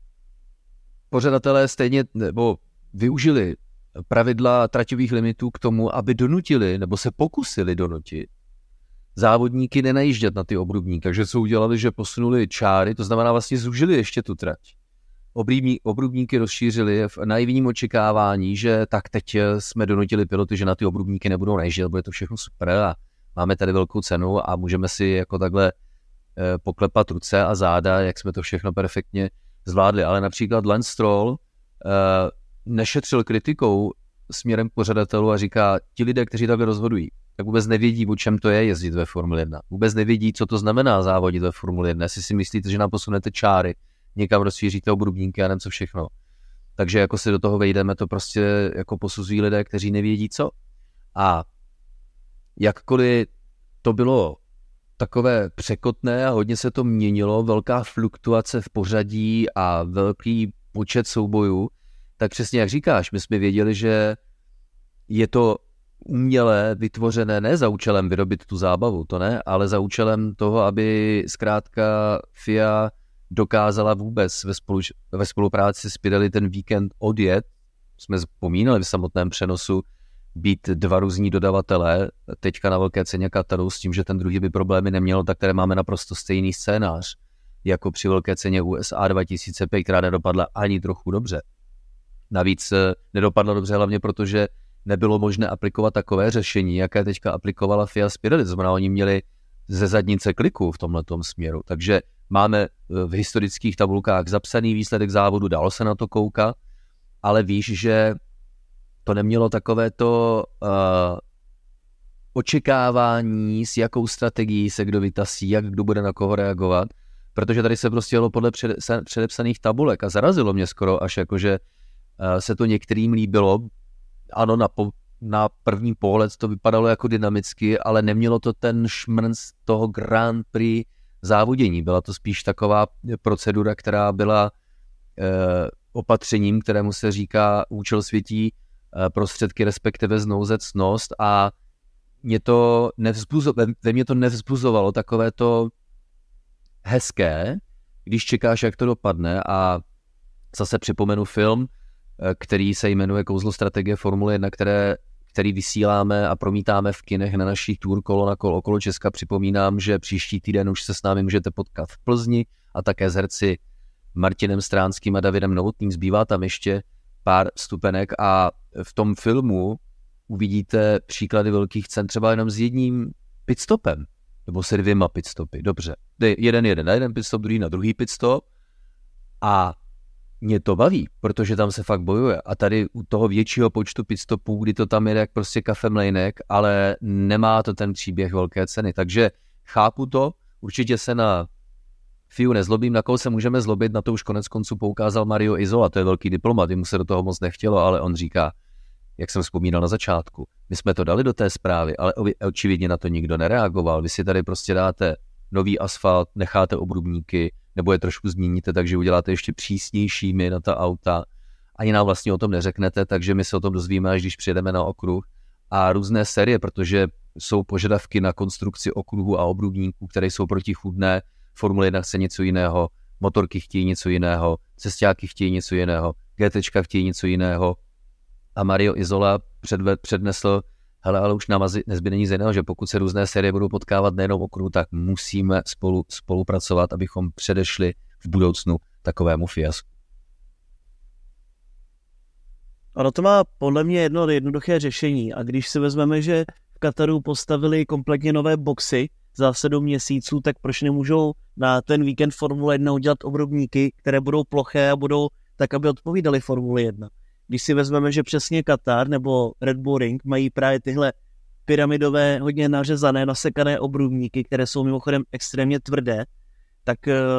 pořadatelé stejně nebo využili pravidla traťových limitů k tomu, aby donutili nebo se pokusili donutit závodníky nenajíždět na ty obrubníky. Takže co udělali, že posunuli čáry, to znamená vlastně zúžili ještě tu trať. Obrubní, obrubníky rozšířili v naivním očekávání, že tak teď jsme donutili piloty, že na ty obrubníky nebudou najíždět, bude to všechno super a máme tady velkou cenu a můžeme si jako takhle eh, poklepat ruce a záda, jak jsme to všechno perfektně zvládli. Ale například Lance Stroll eh, nešetřil kritikou směrem k pořadatelů a říká, ti lidé, kteří takhle rozhodují, tak vůbec nevědí, o čem to je jezdit ve Formule jedna. Vůbec nevědí, co to znamená závodit ve Formule jedna. Jestli si myslíte, že nám posunete čáry, někam rozšíříte obrubníky a nevím co všechno. Takže jako si do toho vejdeme, to prostě jako posuzují lidé, kteří nevědí co. A jakkoliv to bylo takové překotné a hodně se to měnilo, velká fluktuace v pořadí a velký počet soubojů, tak přesně jak říkáš, my jsme věděli, že je to uměle vytvořené ne za účelem vyrobit tu zábavu, to ne, ale za účelem toho, aby zkrátka F I A dokázala vůbec ve, spolu, ve spolupráci s Pirelli ten víkend odjet. Jsme vzpomínali v samotném přenosu být dva různí dodavatelé, teďka na velké ceně Kataru, s tím, že ten druhý by problémy neměl, tak tady máme naprosto stejný scénář, jako při velké ceně U S A dva tisíce pět, která nedopadla ani trochu dobře. Navíc nedopadla dobře hlavně proto, že nebylo možné aplikovat takové řešení, jaké teďka aplikovala F I A s Pirelli. Znamená, oni měli ze zadnice kliku v tomhletom směru. Takže máme v historických tabulkách zapsaný výsledek závodu, dalo se na to koukat, ale víš, že to nemělo takovéto uh, očekávání, s jakou strategií se kdo vytasí, jak kdo bude na koho reagovat, protože tady se prostě jelo podle před, předepsaných tabulek a zarazilo mě skoro až jako, že uh, se to některým líbilo. Ano, na, po, na první pohled to vypadalo jako dynamicky, ale nemělo to ten šmrnc toho Grand Prix závodění. Byla to spíš taková procedura, která byla e, opatřením, kterému se říká účel světí e, prostředky, respektive znouzecnost a mě to nevzbuzo, ve, ve mě to nevzbuzovalo takové to hezké, když čekáš, jak to dopadne a zase připomenu film, e, který se jmenuje Kouzlo strategie Formule jedna, které, který vysíláme a promítáme v kinech na našich tour kolo na kolo okolo Česka. Připomínám, že příští týden už se s námi můžete potkat v Plzni a také s herci Martinem Stránským a Davidem Novotným. Zbývá tam ještě pár vstupenek a v tom filmu uvidíte příklady velkých cen třeba jenom s jedním pitstopem, nebo se dvěma pitstopy, dobře. Jeden jeden na jeden pitstop, druhý na druhý pitstop a mě to baví, protože tam se fakt bojuje a tady u toho většího počtu pitstopů, kdy to tam jede jak prostě kafemlejnek, ale nemá to ten příběh velké ceny, takže chápu to, určitě se na Fiu nezlobím, na koho se můžeme zlobit, na to už konec konců poukázal Mario Isola, to je velký diplomat, jemu se do toho moc nechtělo, ale on říká, jak jsem vzpomínal na začátku, my jsme to dali do té zprávy, ale očividně na to nikdo nereagoval, vy si tady prostě dáte nový asfalt, necháte obrubníky, nebo je trošku změníte, takže uděláte ještě přísnějšími na ta auta, ani nám vlastně o tom neřeknete, takže my se o tom dozvíme, až když přijedeme na okruh a různé série, protože jsou požadavky na konstrukci okruhu a obrubníků, které jsou protichůdné. Formule jedna chce něco jiného, motorky chtějí něco jiného, cestáky chtějí něco jiného, GTčka chtějí něco jiného. A Mario Isola předved, přednesl, hele, ale už nám nezbyde nic jiného, že pokud se různé série budou potkávat nejenom okruhu, tak musíme spolu spolupracovat, abychom předešli v budoucnu takovému fiasku. Ono to má podle mě jedno jednoduché řešení a když si vezmeme, že v Kataru postavili kompletně nové boxy za sedm měsíců, tak proč nemůžou na ten víkend Formule jedna udělat obrubníky, které budou ploché a budou tak, aby odpovídaly Formule jedna. Když si vezmeme, že přesně Katar nebo Red Bull Ring mají právě tyhle pyramidové, hodně nařezané, nasekané obrubníky, které jsou mimochodem extrémně tvrdé, tak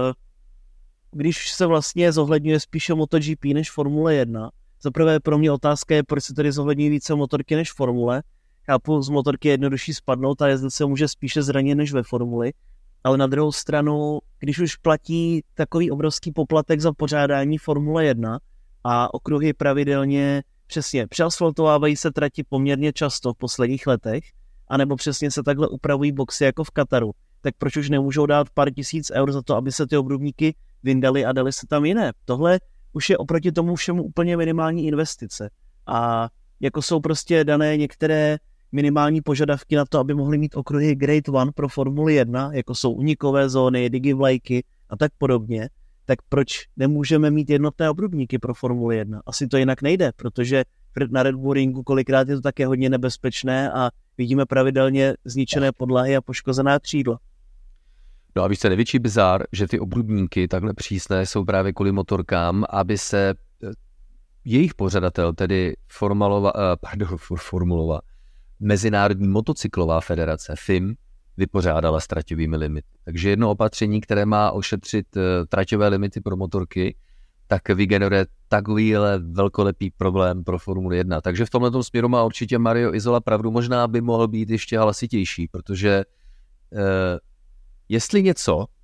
když se vlastně zohledňuje spíše MotoGP než Formule jedna, zaprvé pro mě otázka je, proč se tady zohledňují více motorky než Formule. Chápu, z motorky je jednodušší spadnout a jezdec se může spíše zranit než ve Formuli, ale na druhou stranu, když už platí takový obrovský poplatek za pořádání Formule jedna a okruhy pravidelně přesně přeasfaltovávají se trati poměrně často v posledních letech, anebo přesně se takhle upravují boxy jako v Kataru, tak proč už nemůžou dát pár tisíc eur za to, aby se ty obrubníky vyndali a dali se tam jiné. Tohle už je oproti tomu všemu úplně minimální investice. A jako jsou prostě dané některé minimální požadavky na to, aby mohli mít okruhy Grade one pro Formuli jedna, jako jsou unikové zóny, digivlajky a tak podobně, tak proč nemůžeme mít jednotné obrubníky pro Formuli jedna? Asi to jinak nejde, protože na Red Bull Ringu kolikrát je to také hodně nebezpečné a vidíme pravidelně zničené podlahy a poškozená křídla. No a víš, co je největší bizár, že ty obrubníky takhle přísné jsou právě kvůli motorkám, aby se jejich pořadatel, tedy Formulova, pardon, Formulova, Mezinárodní motocyklová federace F I M, vypořádala s traťovými limity. Takže jedno opatření, které má ošetřit traťové limity pro motorky, tak vygeneruje takovýhle velkolepý problém pro Formuli jedna. Takže v tomto směru má určitě Mario Isola pravdu, možná by mohl být ještě hlasitější, protože eh, jestli něco uh,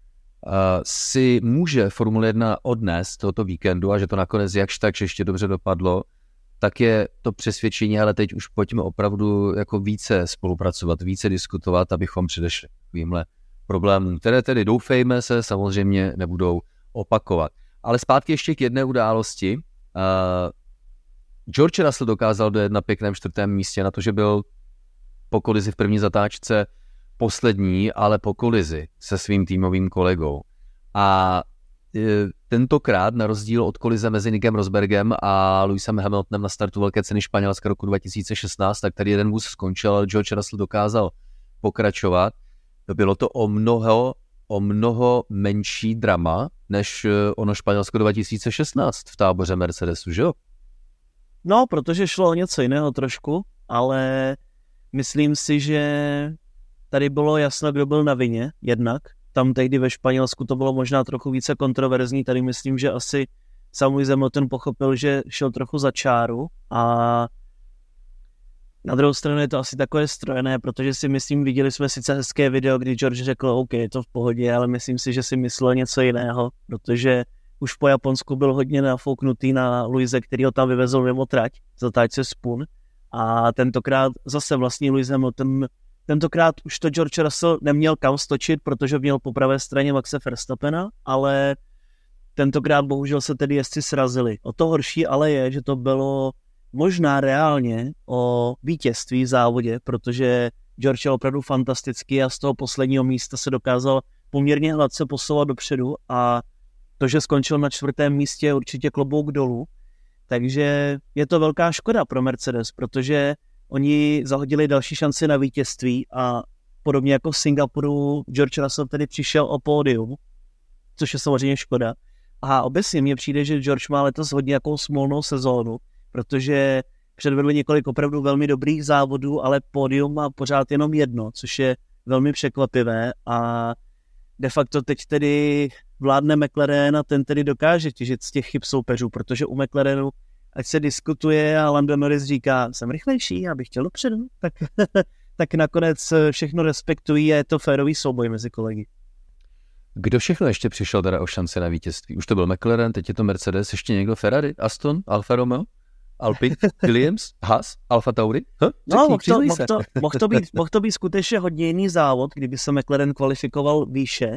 si může Formule jedna odnést tohoto víkendu a že to nakonec jakž tak ještě dobře dopadlo, tak je to přesvědčení, ale teď už pojďme opravdu jako více spolupracovat, více diskutovat, abychom předešli takovýmhle problémům, které tedy doufejme se samozřejmě nebudou opakovat. Ale zpátky ještě k jedné události. Uh, George Russell dokázal dojet na pěkném čtvrtém místě na to, že byl po kolizi v první zatáčce poslední, ale po kolizi se svým týmovým kolegou. A e, tentokrát, na rozdíl od kolize mezi Nickem Rosbergem a Lewisem Hamiltonem na startu Velké ceny Španělska roku dva tisíce šestnáct, tak tady jeden vůz skončil, ale George Russell dokázal pokračovat. Bylo to o mnoho, o mnoho menší drama, než ono Španělsko dva tisíce šestnáct v táboře Mercedesu, že jo? No, protože šlo o něco jiného trošku, ale myslím si, že tady bylo jasno, kdo byl na vině, jednak. Tam tehdy ve Španělsku to bylo možná trochu více kontroverzní, tady myslím, že asi sám Lewis Hamilton pochopil, že šel trochu za čáru a na druhou stranu je to asi takové strojené, protože si myslím, viděli jsme sice hezké video, kdy George řekl, OK, je to v pohodě, ale myslím si, že si myslel něco jiného, protože už po Japonsku byl hodně nafouknutý na Lewise, který ho tam vyvezl mimo trať, zatáčce Spun a tentokrát zase vlastně Lewis Hamilton Tentokrát už to George Russell neměl kam stočit, protože měl po pravé straně Maxe Verstappena, ale tentokrát bohužel se tedy jezdci srazili. O to horší ale je, že to bylo možná reálně o vítězství v závodě, protože George je opravdu fantastický a z toho posledního místa se dokázal poměrně hladce posouvat dopředu a to, že skončil na čtvrtém místě, je určitě klobouk dolů. Takže je to velká škoda pro Mercedes, protože oni zahodili další šanci na vítězství a podobně jako v Singapuru George Russell tedy přišel o pódium, což je samozřejmě škoda. A obecně mně přijde, že George má letos hodně jakou smolnou sezónu, protože předvedl několik opravdu velmi dobrých závodů, ale pódium má pořád jenom jedno, což je velmi překvapivé a de facto teď tedy vládne McLaren a ten tedy dokáže těžit z těch chyb soupeřů, protože u McLarenu, ať se diskutuje a Lando Norris říká, jsem rychlejší, já bych chtěl dopředu, tak, tak nakonec všechno respektují a je to férový souboj mezi kolegy. Kdo všechno ještě přišel teda o šance na vítězství? Už to byl McLaren, teď je to Mercedes, ještě někdo? Ferrari, Aston, Alfa Romeo, Alpine, Williams, Haas, Alfa Tauri? Huh? No, mohl to, mohl, to, mohl, to být, mohl to být skutečně hodně jiný závod, kdyby se McLaren kvalifikoval výše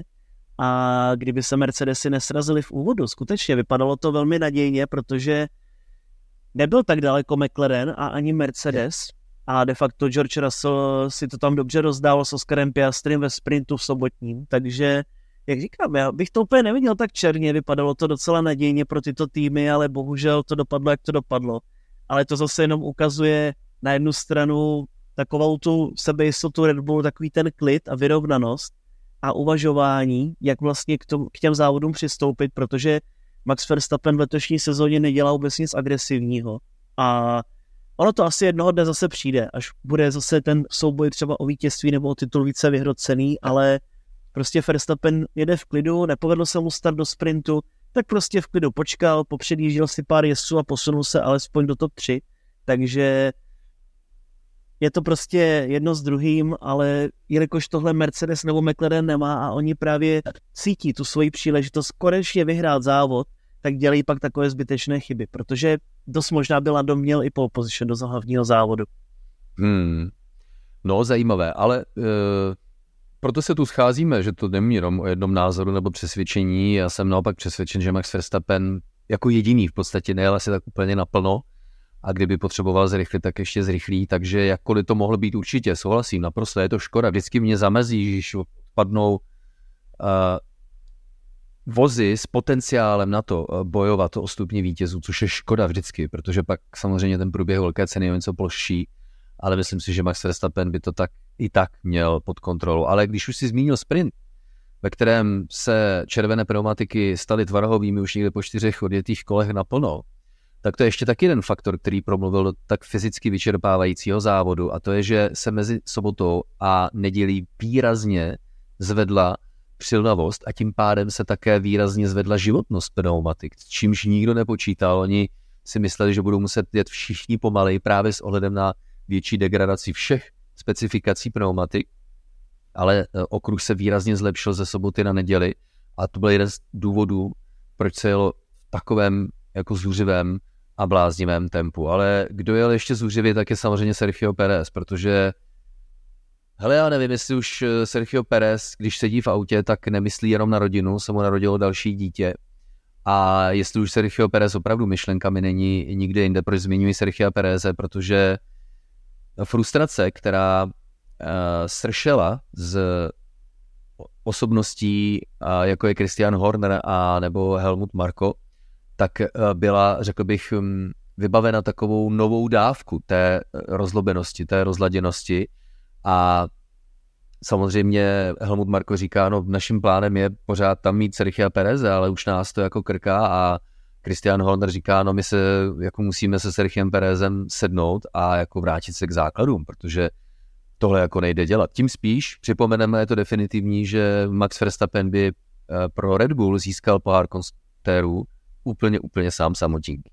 a kdyby se Mercedesy nesrazili v úvodu. Skutečně vypadalo to velmi nadějně, protože nebyl tak daleko McLaren a ani Mercedes a de facto George Russell si to tam dobře rozdával s Oscarem Piastrym ve sprintu v sobotním, takže jak říkám, já bych to úplně neviděl tak černě, vypadalo to docela nadějně pro tyto týmy, ale bohužel to dopadlo, jak to dopadlo. Ale to zase jenom ukazuje na jednu stranu takovou tu sebejistotu Red Bullu, takový ten klid a vyrovnanost a uvažování, jak vlastně k, tom, k těm závodům přistoupit, protože Max Verstappen v letošní sezóně nedělá vůbec nic agresivního. A ono to asi jednoho dne zase přijde, až bude zase ten souboj třeba o vítězství nebo o titul více vyhrocený, ale prostě Verstappen jede v klidu, nepovedlo se mu start do sprintu, tak prostě v klidu počkal, popředjížděl si pár jezdců a posunul se alespoň do top tři. Takže je to prostě jedno s druhým, ale jelikož tohle Mercedes nebo McLaren nemá a oni právě cítí tu svoji příležitost konečně vyhrát závod, tak dělají pak takové zbytečné chyby, protože dost možná by Lando měl i pole position do hlavního závodu. Hmm. No, zajímavé, ale uh, proto se tu scházíme, že to není jenom o jednom názoru nebo přesvědčení. Já jsem naopak přesvědčen, že Max Verstappen jako jediný v podstatě nejel asi tak úplně naplno a kdyby potřeboval zrychlit, tak ještě zrychlí, takže jakkoliv to mohlo být určitě, souhlasím, naprosto je to škoda. Vždycky mě zamezí, když odpadnou uh, vozy s potenciálem na to uh, bojovat o stupně vítězů, což je škoda vždycky, protože pak samozřejmě ten průběh velké ceny je něco plošší, ale myslím si, že Max Verstappen by to tak i tak měl pod kontrolou. Ale když už si zmínil sprint, ve kterém se červené pneumatiky staly tvarhovými už někde po čtyřech odjetých kolech naplno, tak to je ještě taky jeden faktor, který promluvil do tak fyzicky vyčerpávajícího závodu, a to je, že se mezi sobotou a nedělí výrazně zvedla přilnavost a tím pádem se také výrazně zvedla životnost pneumatik, s čímž nikdo nepočítal. Oni si mysleli, že budou muset jet všichni pomalej právě s ohledem na větší degradaci všech specifikací pneumatik, ale okruh se výrazně zlepšil ze soboty na neděli a to byl jeden z důvodů, proč se jelo v takovém jako zuřivém a bláznivém tempu. Ale kdo jel ještě zuřivě, tak je samozřejmě Sergio Pérez, protože hele, já nevím, jestli už Sergio Pérez, když sedí v autě, tak nemyslí jenom na rodinu, se mu narodilo další dítě. A jestli už Sergio Pérez opravdu myšlenkami není nikde jinde, proč zmiňuji Sergio Péreze, protože frustrace, která uh, sršela z osobností, uh, jako je Christian Horner a nebo Helmut Marko, tak uh, byla, řekl bych, um, vybavena takovou novou dávku té rozlobenosti, té rozladěnosti. A samozřejmě Helmut Marko říká, no naším plánem je pořád tam mít Sergia Péreze, ale už nás to jako krká, a Christian Horner říká, no my se jako musíme se Sergiem Pérezem sednout a jako vrátit se k základům, protože tohle jako nejde dělat. Tím spíš, připomeneme, je to definitivní, že Max Verstappen by pro Red Bull získal pohár konstruktérů úplně, úplně sám samotník.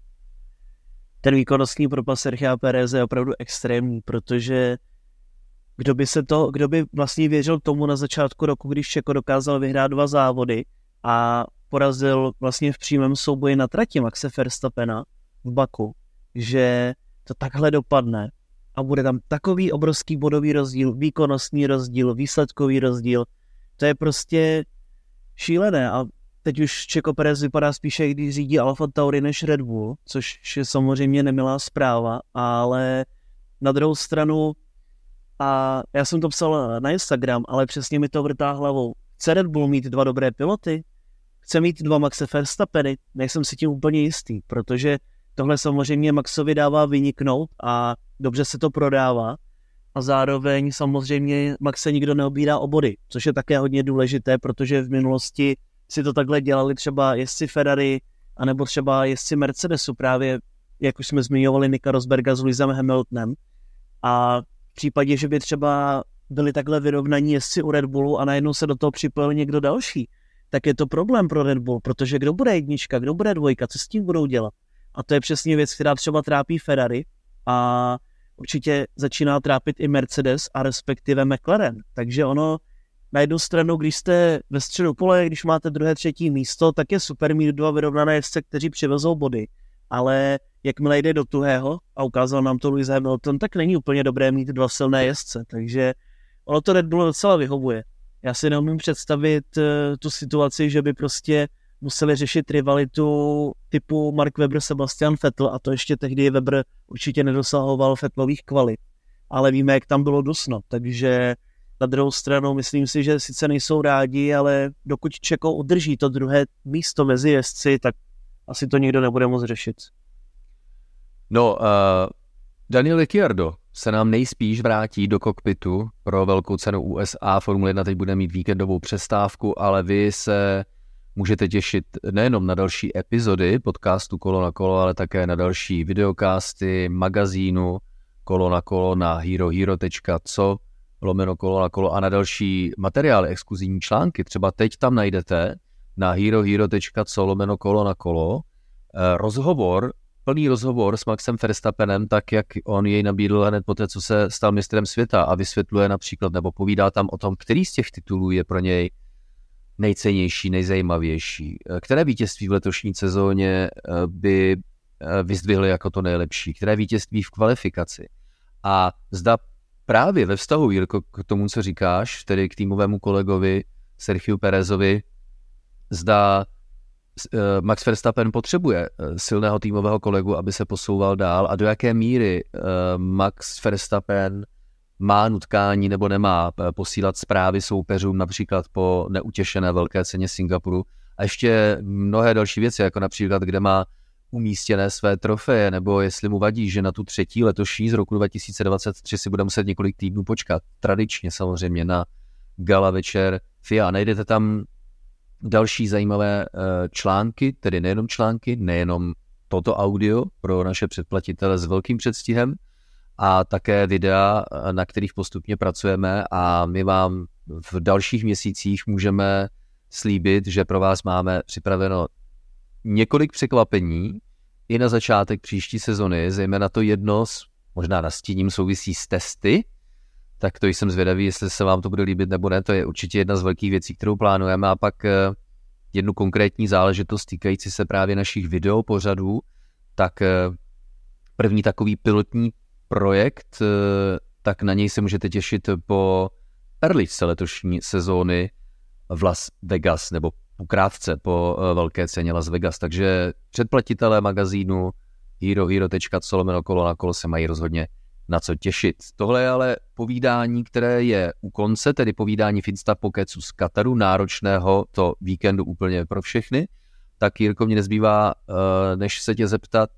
Ten výkonnostní propad Sergia Péreze je opravdu extrémní, protože kdo by se to, kdo by vlastně věřil tomu na začátku roku, když Čeko dokázal vyhrát dva závody a porazil vlastně v přímém souboji na trati Maxe Verstappena v Baku, že to takhle dopadne a bude tam takový obrovský bodový rozdíl, výkonnostní rozdíl, výsledkový rozdíl. To je prostě šílené a teď už Checo Perez vypadá spíše, když řídí Alfa Tauri než Red Bull, což je samozřejmě nemilá zpráva, ale na druhou stranu, a já jsem to psal na Instagram, ale přesně mi to vrtá hlavou. Chce Red Bull mít dva dobré piloty? Chce mít dva Maxe Verstappeny? Nejsem si tím úplně jistý, protože tohle samozřejmě Maxovi dává vyniknout a dobře se to prodává. A zároveň samozřejmě Max se nikdo neobírá o body, což je také hodně důležité, protože v minulosti si to takhle dělali třeba jezdci Ferrari, anebo třeba jezdci Mercedesu, právě jak už jsme zmiňovali Nika Rosberga s Lewisem Hamiltonem. A v případě, že by třeba byli takhle vyrovnaní jezdci u Red Bullu a najednou se do toho připojil někdo další, tak je to problém pro Red Bull, protože kdo bude jednička, kdo bude dvojka, co s tím budou dělat? A to je přesně věc, která třeba trápí Ferrari a určitě začíná trápit i Mercedes a respektive McLaren. Takže ono na jednu stranu, když jste ve středu pole, když máte druhé, třetí místo, tak je super mít dva vyrovnané jezdce, kteří přivezou body. Ale jakmile jde do tuhého, a ukázal nám to Lewis Hamilton, tak není úplně dobré mít dva silné jezdce. Takže ono to Red Bullu docela vyhovuje. Já si neumím představit uh, tu situaci, že by prostě museli řešit rivalitu typu Mark Webber, Sebastian Vettel, a to ještě tehdy Webber určitě nedosahoval Vettelových kvalit. Ale víme, jak tam bylo dusno, takže na druhou stranu myslím si, že sice nejsou rádi, ale dokud Checo udrží to druhé místo mezi jezdci, tak asi to nikdo nebude moc řešit. No, uh, Daniel Ricciardo se nám nejspíš vrátí do kokpitu pro velkou cenu U S A. Formule jedna teď bude mít víkendovou přestávku, ale vy se můžete těšit nejenom na další epizody podcastu Kolo na kolo, ale také na další videokásty, magazínu Kolo na kolo na herohero tečka co lomeno kolo na kolo a na další materiály, exkluzivní články. Třeba teď tam najdete na herohero tečka co lomeno kolo na kolo rozhovor, plný rozhovor s Maxem Verstappenem, tak jak on jej nabídl hned poté, co se stal mistrem světa, a vysvětluje například nebo povídá tam o tom, který z těch titulů je pro něj nejcennější, nejzajímavější. Které vítězství v letošní sezóně by vyzdvihly jako to nejlepší? Které vítězství v kvalifikaci? A zda právě ve vztahu, Jirko, k tomu, co říkáš, tedy k týmovému kolegovi Sergiu Pérezovi, zda Max Verstappen potřebuje silného týmového kolegu, aby se posouval dál, a do jaké míry Max Verstappen má nutkání nebo nemá posílat zprávy soupeřům například po neutěšené velké ceně Singapuru a ještě mnohé další věci, jako například kde má umístěné své trofeje, nebo jestli mu vadí, že na tu třetí letošní z roku dva tisíce dvacet tři si bude muset několik týdnů počkat. Tradičně samozřejmě na gala večer F I A. Najdete tam další zajímavé články, tedy nejenom články, nejenom toto audio pro naše předplatitele s velkým předstihem, a také videa, na kterých postupně pracujeme, a my vám v dalších měsících můžeme slíbit, že pro vás máme připraveno několik překvapení i na začátek příští sezony, zejména to jedno, možná nastíním, souvisí s testy, tak to jsem zvědavý, jestli se vám to bude líbit nebo ne, to je určitě jedna z velkých věcí, kterou plánujeme, a pak jednu konkrétní záležitost týkající se právě našich videopořadů, tak první takový pilotní projekt, tak na něj se můžete těšit po perličce letošní sezóny v Las Vegas, nebo krátce po velké ceně Las Vegas, takže předplatitelé magazínu herohero tečka co lomeno kolo na kolo se mají rozhodně na co těšit. Tohle je ale povídání, které je u konce, tedy povídání v Instapokecu z Kataru, náročného to víkendu úplně pro všechny. Tak Jirko, mě nezbývá, než se tě zeptat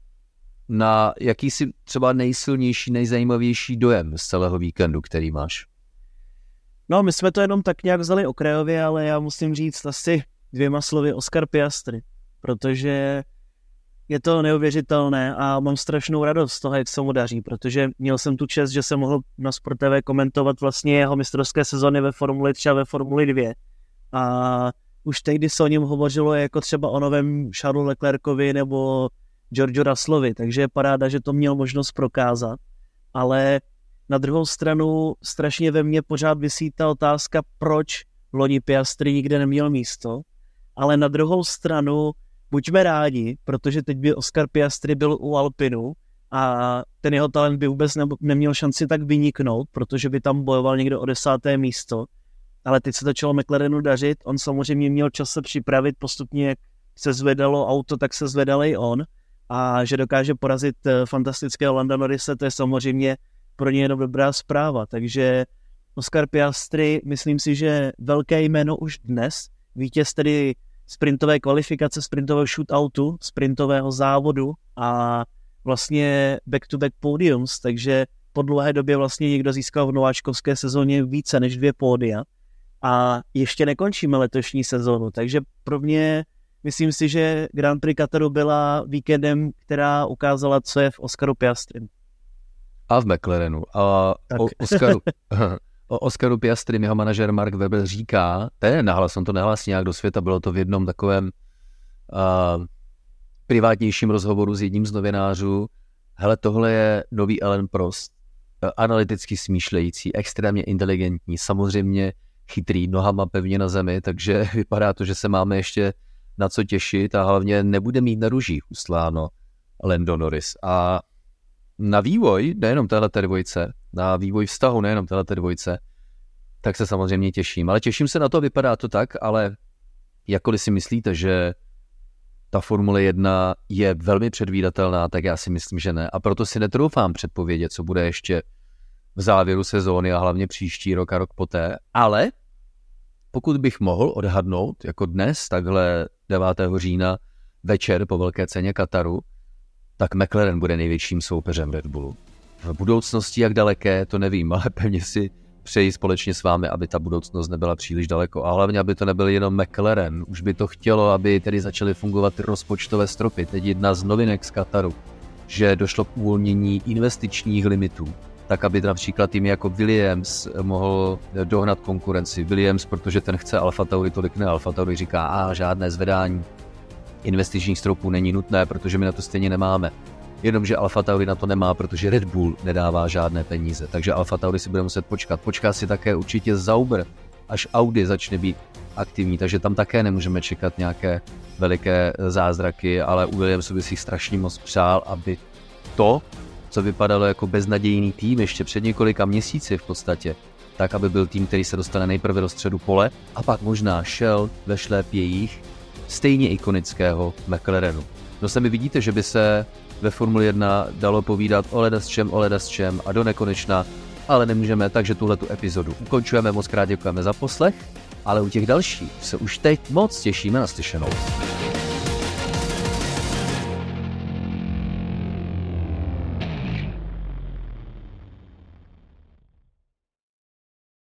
na jakýsi třeba nejsilnější, nejzajímavější dojem z celého víkendu, který máš. No, my jsme to jenom tak nějak vzali okrajově, ale já musím říct asi dvěma slovy Oscar Piastri, protože je to neuvěřitelné a mám strašnou radost z toho, jak se mu daří, protože měl jsem tu čest, že jsem mohl na Sport T V komentovat vlastně jeho mistrovské sezony ve Formuli tři a ve Formuli dvě. A už tehdy se o něm hovořilo jako třeba o novém Charlesu Leclercovi nebo George Russellovi, takže je paráda, že to měl možnost prokázat. Ale na druhou stranu strašně ve mně pořád visí ta otázka, proč loni Piastri nikde neměl místo, ale na druhou stranu buďme rádi, protože teď by Oscar Piastri byl u Alpinu a ten jeho talent by vůbec neměl šanci tak vyniknout, protože by tam bojoval někdo o desáté místo. ale teď se začalo McLarenu dařit, on samozřejmě měl čas se připravit postupně, jak se zvedalo auto, tak se zvedal i on a že dokáže porazit fantastického Landa Norrise, to je samozřejmě pro ně jenom dobrá zpráva, takže Oscar Piastri, myslím si, že velké jméno už dnes, vítěz tedy sprintové kvalifikace, sprintového shootoutu, sprintového závodu a vlastně back-to-back podiums, takže po dlouhé době vlastně někdo získal v nováčkovské sezóně více než dvě pódia a ještě nekončíme letošní sezónu, takže pro mě myslím si, že Grand Prix Kataru byla víkendem, která ukázala, co je v Oscaru Piastrim. A v McLarenu. A o Oscaru, o Oscaru Piastrim jeho manažer Mark Webber říká, to je nahlas, on to nehlásí nějak do světa, bylo to v jednom takovém uh, privátnějším rozhovoru s jedním z novinářů. Hele, tohle je nový Alain Prost, analyticky smýšlející, extrémně inteligentní, samozřejmě chytrý, nohama pevně na zemi, takže vypadá to, že se máme ještě na co těšit a hlavně nebude mít na ružích ustláno Lando Norris. A na vývoj, nejenom téhleté dvojce, na vývoj vztahu nejenom téhleté dvojce, tak se samozřejmě těším. Ale těším se na to, vypadá to tak, ale jakkoliv si myslíte, že ta Formule jedna je velmi předvídatelná, tak já si myslím, že ne. A proto si netroufám předpovědět, co bude ještě v závěru sezóny a hlavně příští rok a rok poté. Ale pokud bych mohl odhadnout, jako dnes, takhle devátého října večer po velké ceně Kataru, tak McLaren bude největším soupeřem Red Bullu. V budoucnosti, jak daleké, to nevím, ale pevně si přeji společně s vámi, aby ta budoucnost nebyla příliš daleko. A hlavně, aby to nebyl jenom McLaren. Už by to chtělo, aby tedy začaly fungovat ty rozpočtové stropy. Teď jedna z novinek z Kataru, že došlo k uvolnění investičních limitů, tak aby například tým jako Williams mohl dohnat konkurenci. Williams, protože ten chce Alfa Tauri, tolik ne. Alfa Tauri říká, a žádné zvedání investičních stropů není nutné, protože my na to stejně nemáme. Jenomže Alfa Tauri na to nemá, protože Red Bull nedává žádné peníze. Takže Alfa Tauri si bude muset počkat. Počká si také určitě Sauber, až Audi začne být aktivní, takže tam také nemůžeme čekat nějaké veliké zázraky, ale u Williamsu by si strašně moc přál, aby to, co vypadalo jako beznadějný tým ještě před několika měsíci v podstatě, tak aby byl tým, který se dostane nejprve do středu pole a pak možná šel ve šlépějích stejně ikonického McLarenu. No sami vidíte, že by se ve Formuli jedna dalo povídat o ledasčem, o ledasčem a do nekonečna, ale nemůžeme, takže tuhletu epizodu ukončujeme. Moc krát děkujeme za poslech, ale u těch dalších se už teď moc těšíme na slyšenou.